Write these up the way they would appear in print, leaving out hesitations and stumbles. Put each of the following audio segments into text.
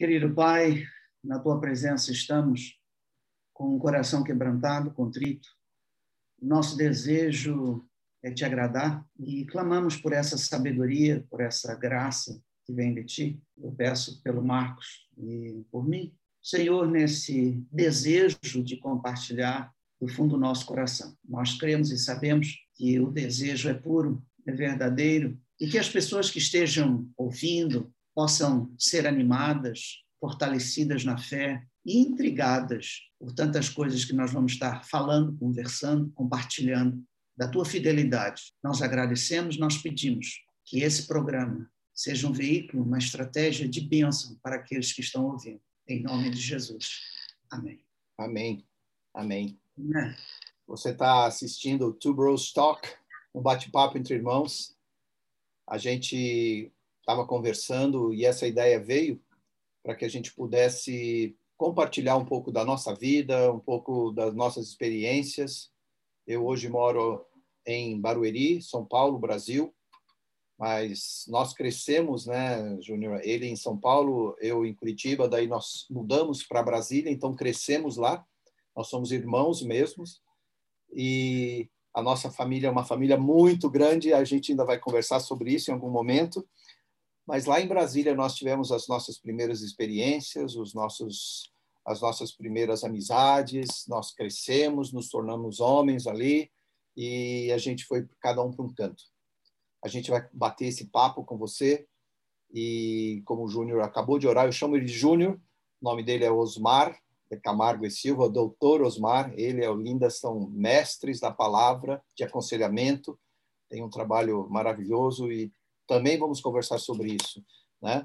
Querido Pai, na Tua presença estamos com o coração quebrantado, contrito. Nosso desejo é Te agradar e clamamos por essa sabedoria, por essa graça que vem de Ti. Eu peço pelo Marcos e por mim. Senhor, nesse desejo de compartilhar do fundo do nosso coração. Nós cremos e sabemos que o desejo é puro, é verdadeiro e que as pessoas que estejam ouvindo possam ser animadas, fortalecidas na fé e intrigadas por tantas coisas que nós vamos estar falando, conversando, compartilhando da Tua fidelidade. Nós agradecemos, nós pedimos que esse programa seja um veículo, uma estratégia de bênção para aqueles que estão ouvindo. Em nome de Jesus. Amém. Amém. Amém. Amém. Você está assistindo o Two Bros Talk, um bate-papo entre irmãos. A gente estava conversando e essa ideia veio para que a gente pudesse compartilhar um pouco da nossa vida, um pouco das nossas experiências. Eu hoje moro em Barueri, São Paulo, Brasil, mas nós crescemos, né, Júnior? Ele em São Paulo, eu em Curitiba, daí nós mudamos para Brasília, então crescemos lá. Nós somos irmãos mesmos e a nossa família é uma família muito grande, a gente ainda vai conversar sobre isso em algum momento, mas lá em Brasília nós tivemos as nossas primeiras experiências, as nossas primeiras amizades, nós crescemos, nos tornamos homens ali e a gente foi cada um para um canto. A gente vai bater esse papo com você e como o Júnior acabou de orar, eu chamo ele de Júnior, o nome dele é Osmar Camargo e Silva, doutor Osmar, ele e a Olinda são mestres da palavra, de aconselhamento, tem um trabalho maravilhoso e também vamos conversar sobre isso, né?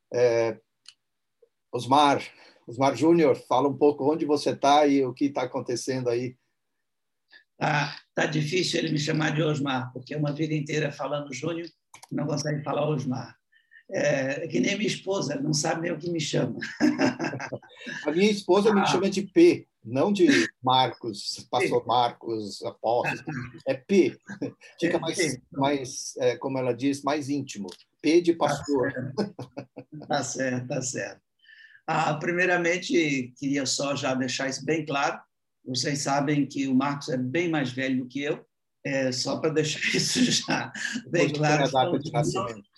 Osmar Júnior, fala um pouco onde você está e o que está acontecendo aí. Tá difícil ele me chamar de Osmar, porque é uma vida inteira falando Júnior, não consegue falar Osmar. É que nem minha esposa, não sabe nem o que me chama. A minha esposa me chama de P, não de Marcos, pastor Marcos, apóstolo. É P. Fica mais como ela diz, mais íntimo. P de pastor. Tá certo, tá certo. Primeiramente, queria só já deixar isso bem claro. Vocês sabem que o Marcos é bem mais velho do que eu, só para deixar isso já bem claro. Hoje foi a data de nascimento.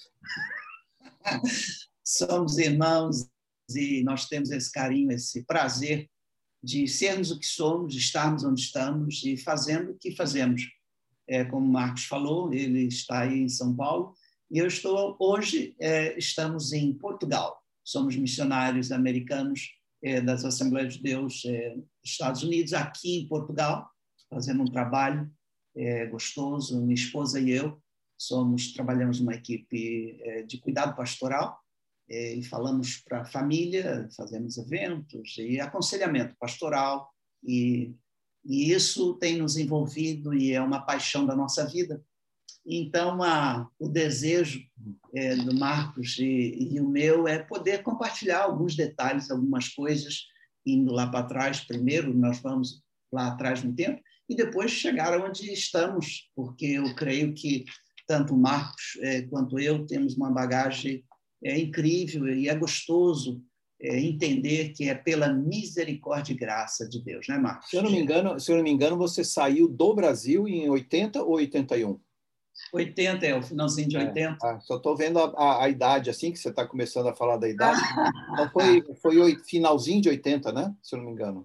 Somos irmãos e nós temos esse carinho, esse prazer de sermos o que somos, de estarmos onde estamos e fazendo o que fazemos. Como o Marcos falou, ele está aí em São Paulo e eu estou hoje, estamos em Portugal. Somos missionários americanos das Assembleias de Deus dos Estados Unidos, aqui em Portugal, fazendo um trabalho gostoso. Minha esposa e eu trabalhamos numa equipe de cuidado pastoral e falamos para a família, fazemos eventos e aconselhamento pastoral e isso tem nos envolvido e é uma paixão da nossa vida. Então, o desejo do Marcos e o meu é poder compartilhar alguns detalhes, algumas coisas, indo lá para trás. Primeiro, nós vamos lá atrás no tempo e depois chegar onde estamos, porque eu creio que tanto o Marcos quanto eu temos uma bagagem incrível e é gostoso entender que é pela misericórdia e graça de Deus, né, Marcos? Se eu não me engano, você saiu do Brasil em 80 ou 81? 80, o finalzinho de 80. Só estou vendo a idade, assim, que você está começando a falar da idade. Então, foi finalzinho de 80, né? Se eu não me engano.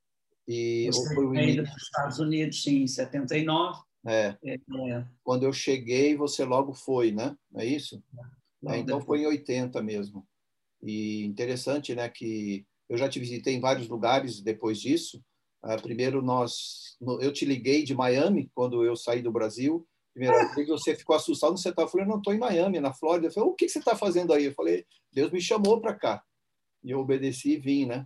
Você veio dos Estados Unidos em 79. Quando eu cheguei, você logo foi, né? Não é isso? Então, depois. Foi em 80 mesmo. E interessante, né, que eu já te visitei em vários lugares depois disso. Primeiro, eu te liguei de Miami, quando eu saí do Brasil. Primeira vez, você ficou assustado, você estava falando, não, estou em Miami, na Flórida. Eu falei, o que você está fazendo aí? Eu falei, Deus me chamou para cá. E eu obedeci e vim, né?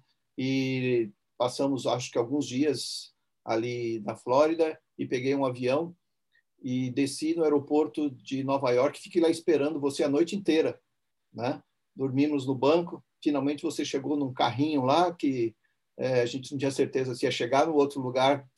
E passamos, acho que alguns dias ali na Flórida e peguei um avião e desci no aeroporto de Nova York, fiquei lá esperando você a noite inteira, né? Dormimos no banco, finalmente você chegou num carrinho lá que a gente não tinha certeza se ia chegar no outro lugar,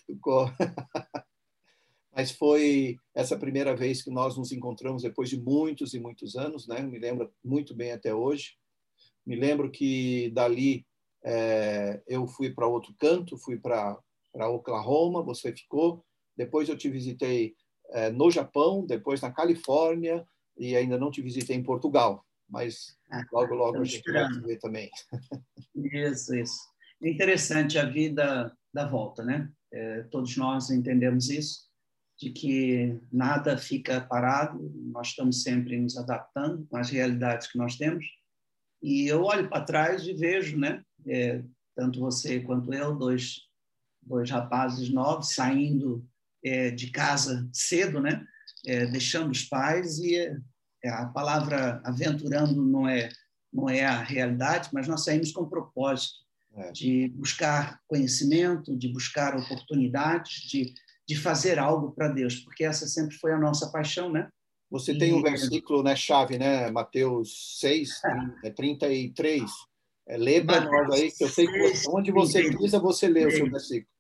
mas foi essa primeira vez que nós nos encontramos depois de muitos e muitos anos, né? Me lembro muito bem até hoje, Me lembro que dali eu fui para outro canto, fui para Oklahoma, você ficou. Depois eu te visitei no Japão, depois na Califórnia, e ainda não te visitei em Portugal. Mas logo, logo a gente vai te ver também. Isso, isso. É interessante a vida da volta, né? Todos nós entendemos isso, de que nada fica parado, nós estamos sempre nos adaptando com as realidades que nós temos. E eu olho para trás e vejo, né? Tanto você quanto eu, dois rapazes novos saindo de casa cedo, né? Deixando os pais, e a palavra aventurando não é a realidade, mas nós saímos com propósito de buscar conhecimento, de buscar oportunidades, de fazer algo para Deus, porque essa sempre foi a nossa paixão, né? Você tem um versículo, né, chave, né? Mateus 6, 33. Lê para nós aí, que eu sei que onde você pisa, você lê o seu versículo.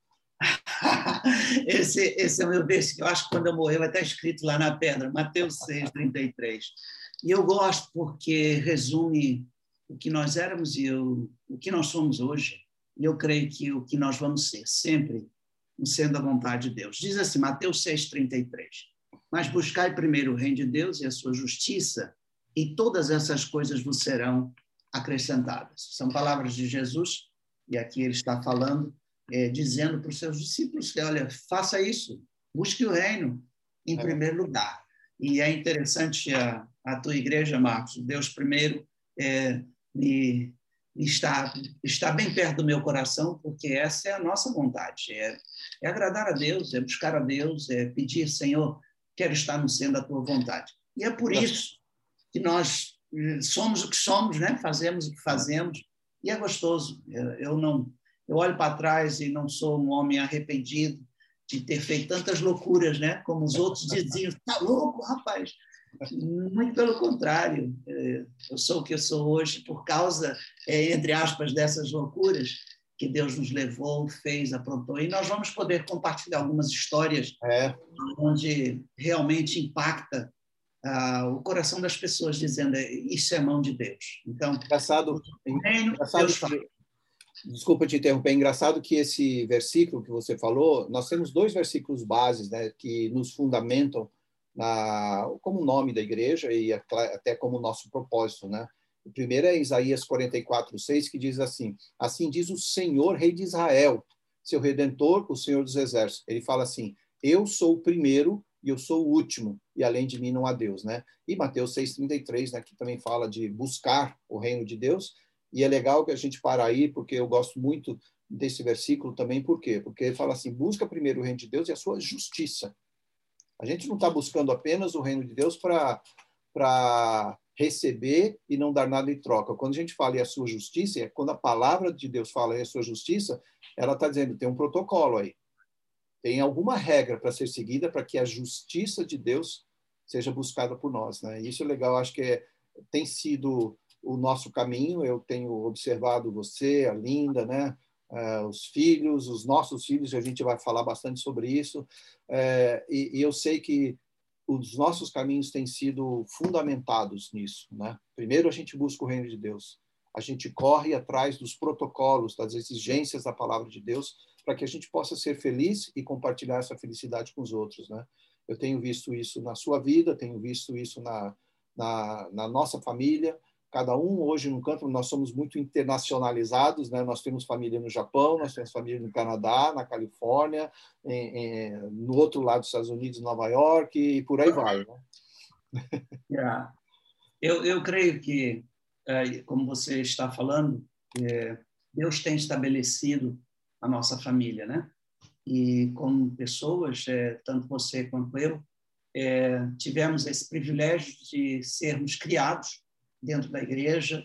Esse é o meu versículo. Eu acho que quando eu morrer vai estar escrito lá na pedra, Mateus 6, 33. E eu gosto porque resume o que nós éramos e o que nós somos hoje. E eu creio que o que nós vamos ser, sempre sendo a vontade de Deus. Diz assim, Mateus 6, 33. Mas buscai primeiro o reino de Deus e a sua justiça, e todas essas coisas vos serão acrescentadas. São palavras de Jesus, e aqui ele está falando, dizendo para os seus discípulos que, olha, faça isso, busque o reino em primeiro lugar. E é interessante a tua igreja, Marcos, Deus primeiro está bem perto do meu coração, porque essa é a nossa vontade, é agradar a Deus, é buscar a Deus, é pedir, Senhor, quero estar no centro da tua vontade. E é por isso que nós somos o que somos, né? Fazemos o que fazemos, e é gostoso. Eu olho para trás e não sou um homem arrependido de ter feito tantas loucuras, né? Como os outros diziam, tá louco, rapaz? Muito pelo contrário, eu sou o que eu sou hoje por causa, entre aspas, dessas loucuras que Deus nos levou, fez, aprontou. E nós vamos poder compartilhar algumas histórias onde realmente impacta o coração das pessoas, dizendo isso é mão de Deus. Então, engraçado Deus faz. Desculpa te interromper, é engraçado que esse versículo que você falou, nós temos dois versículos bases, né, que nos fundamentam como nome da igreja e até como nosso propósito, né? O primeiro é Isaías 44:6, que diz assim: assim diz o Senhor, Rei de Israel, seu Redentor, o Senhor dos Exércitos. Ele fala assim: eu sou o primeiro e eu sou o último, e além de mim não há Deus, né? E Mateus 6:33, né, que também fala de buscar o reino de Deus. E é legal que a gente para aí, porque eu gosto muito desse versículo também. Por quê? Porque ele fala assim: busca primeiro o reino de Deus e a sua justiça. A gente não está buscando apenas o reino de Deus para receber e não dar nada em troca. Quando a gente fala em a sua justiça, quando a palavra de Deus fala em a sua justiça, ela está dizendo, tem um protocolo aí. Tem alguma regra para ser seguida para que a justiça de Deus seja buscada por nós, né? Isso é legal, acho que tem sido o nosso caminho. Eu tenho observado você, a Linda, né? Os filhos, os nossos filhos, a gente vai falar bastante sobre isso, e eu sei que os nossos caminhos têm sido fundamentados nisso, né? Primeiro a gente busca o reino de Deus, a gente corre atrás dos protocolos, das exigências da palavra de Deus, para que a gente possa ser feliz e compartilhar essa felicidade com os outros, né? Eu tenho visto isso na sua vida, tenho visto isso na nossa família. Cada um hoje no canto, nós somos muito internacionalizados, né? Nós temos família no Japão, nós temos família no Canadá, na Califórnia, no outro lado dos Estados Unidos, Nova York, e por aí vai, né? Eu creio que, como você está falando, Deus tem estabelecido a nossa família, né? E como pessoas, tanto você quanto eu, tivemos esse privilégio de sermos criados dentro da igreja,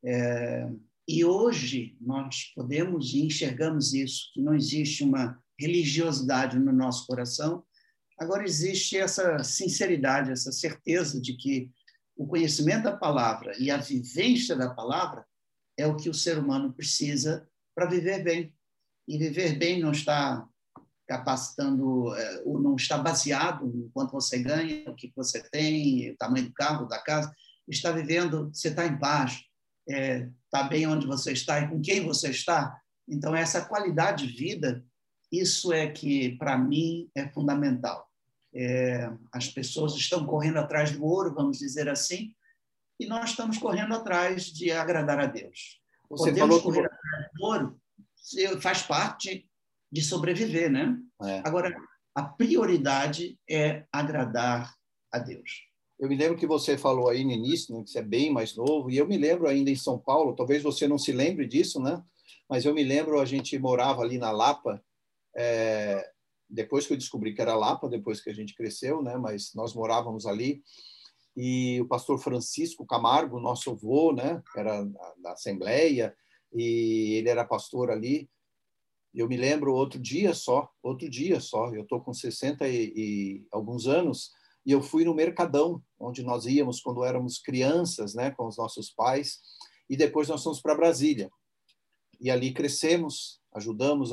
e hoje nós podemos e enxergamos isso, que não existe uma religiosidade no nosso coração, agora existe essa sinceridade, essa certeza de que o conhecimento da palavra e a vivência da palavra é o que o ser humano precisa para viver bem. E viver bem não está capacitando, ou não está baseado no quanto você ganha, o que você tem, o tamanho do carro, da casa. Está vivendo, você está em paz, está bem onde você está e com quem você está. Então, essa qualidade de vida, isso é que, para mim, é fundamental. As pessoas estão correndo atrás do ouro, vamos dizer assim, e nós estamos correndo atrás de agradar a Deus. Você Podemos falou correr atrás do ouro, faz parte de sobreviver, né? Agora, a prioridade é agradar a Deus. Eu me lembro que você falou aí no início, né, que você é bem mais novo, e eu me lembro ainda em São Paulo, talvez você não se lembre disso, né? Mas eu me lembro, a gente morava ali na Lapa, depois que eu descobri que era Lapa, depois que a gente cresceu, né? Mas nós morávamos ali, e o pastor Francisco Camargo, nosso avô, né? Era da Assembleia, e ele era pastor ali. Eu me lembro outro dia só, eu estou com 60 e alguns anos, e eu fui no Mercadão, onde nós íamos quando éramos crianças, né, com os nossos pais, e depois nós fomos para Brasília. E ali crescemos, ajudamos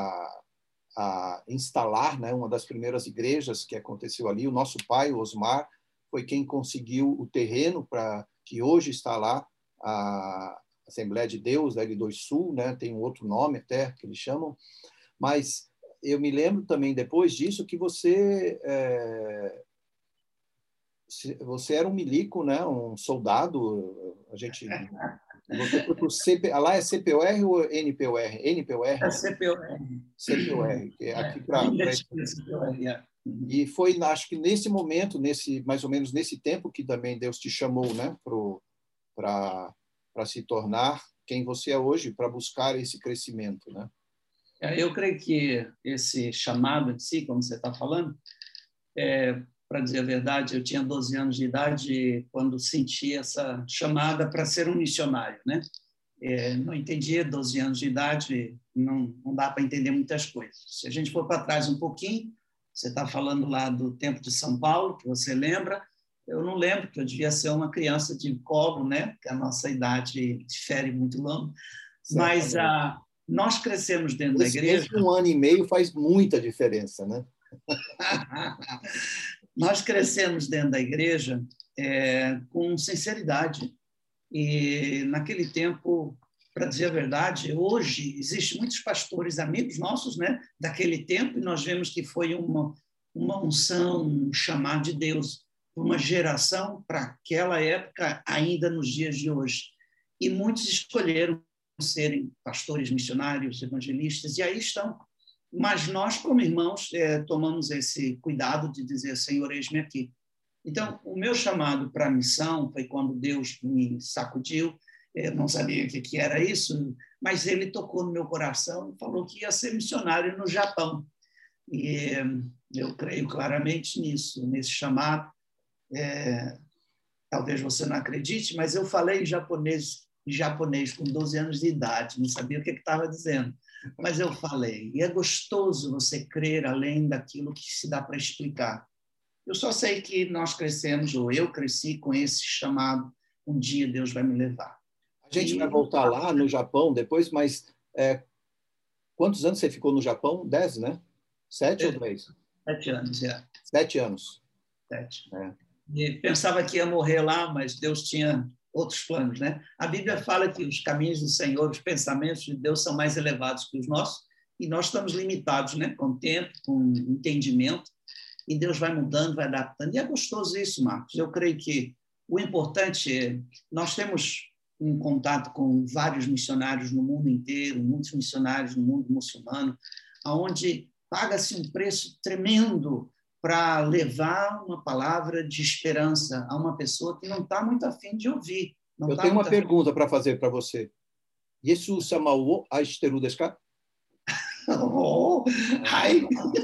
a instalar, né, uma das primeiras igrejas que aconteceu ali. O nosso pai, o Osmar, foi quem conseguiu o terreno para que hoje está lá a Assembleia de Deus, da L2 Sul, né, tem um outro nome até que eles chamam, mas eu me lembro também depois disso que você era um milico, né? Um soldado. Você foi para o CP, lá é CPOR ou NPOR? NPOR? É CPOR. CPOR, que é aqui para. CPOR. E foi, acho que nesse momento, mais ou menos nesse tempo que também Deus te chamou, né? Para se tornar quem você é hoje, para buscar esse crescimento, né? Eu creio que esse chamado de si, como você está falando, para dizer a verdade, eu tinha 12 anos de idade quando senti essa chamada para ser um missionário, né? Não entendia, 12 anos de idade, não dá para entender muitas coisas. Se a gente for para trás um pouquinho, você está falando lá do tempo de São Paulo, que você lembra, eu não lembro, que eu devia ser uma criança de colo, né? Porque a nossa idade difere muito longo, mas nós crescemos dentro da igreja. Esse 1 ano e meio faz muita diferença, né? Nós crescemos dentro da igreja com sinceridade. E, naquele tempo, para dizer a verdade, hoje existem muitos pastores amigos nossos, né, daquele tempo, e nós vemos que foi uma unção, um chamado de Deus para uma geração, para aquela época, ainda nos dias de hoje. E muitos escolheram serem pastores, missionários, evangelistas, e aí estão. Mas nós, como irmãos, tomamos esse cuidado de dizer, Senhor, eis-me aqui. Então, o meu chamado para a missão foi quando Deus me sacudiu, eu não sabia o que era isso, mas Ele tocou no meu coração e falou que ia ser missionário no Japão. E eu creio claramente nisso, nesse chamado. Talvez você não acredite, mas eu falei em japonês com 12 anos de idade, não sabia o que estava dizendo, mas eu falei. E é gostoso você crer além daquilo que se dá para explicar. Eu só sei que nós crescemos, ou eu cresci com esse chamado, um dia Deus vai me levar. A gente vai voltar lá no Japão depois, mas quantos anos você ficou no Japão? 10, né? 7 ou 10? 7 anos, 7 anos. 7. E pensava que ia morrer lá, mas Deus tinha outros planos, né? A Bíblia fala que os caminhos do Senhor, os pensamentos de Deus são mais elevados que os nossos, e nós estamos limitados, né? Com tempo, com entendimento, e Deus vai mudando, vai adaptando. E é gostoso isso, Marcos. Eu creio que o importante é... Nós temos um contato com vários missionários no mundo inteiro, muitos missionários no mundo muçulmano, onde paga-se um preço tremendo para levar uma palavra de esperança a uma pessoa que não está muito afim de ouvir. Eu tenho uma pergunta para fazer para você. Yesu sama wo aishiteru desu ka? Ai!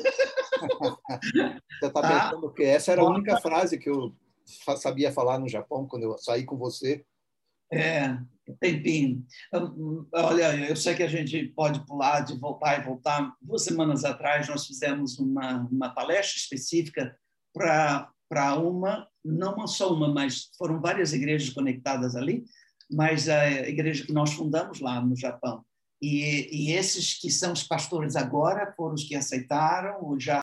Você está pensando que essa era a única frase que eu sabia falar no Japão quando eu saí com você? Tempinho. Olha, eu sei que a gente pode pular, de voltar e voltar. 2 semanas atrás, nós fizemos uma palestra específica para não só uma, mas foram várias igrejas conectadas ali, mas a igreja que nós fundamos lá no Japão. E esses que são os pastores agora foram os que aceitaram, ou já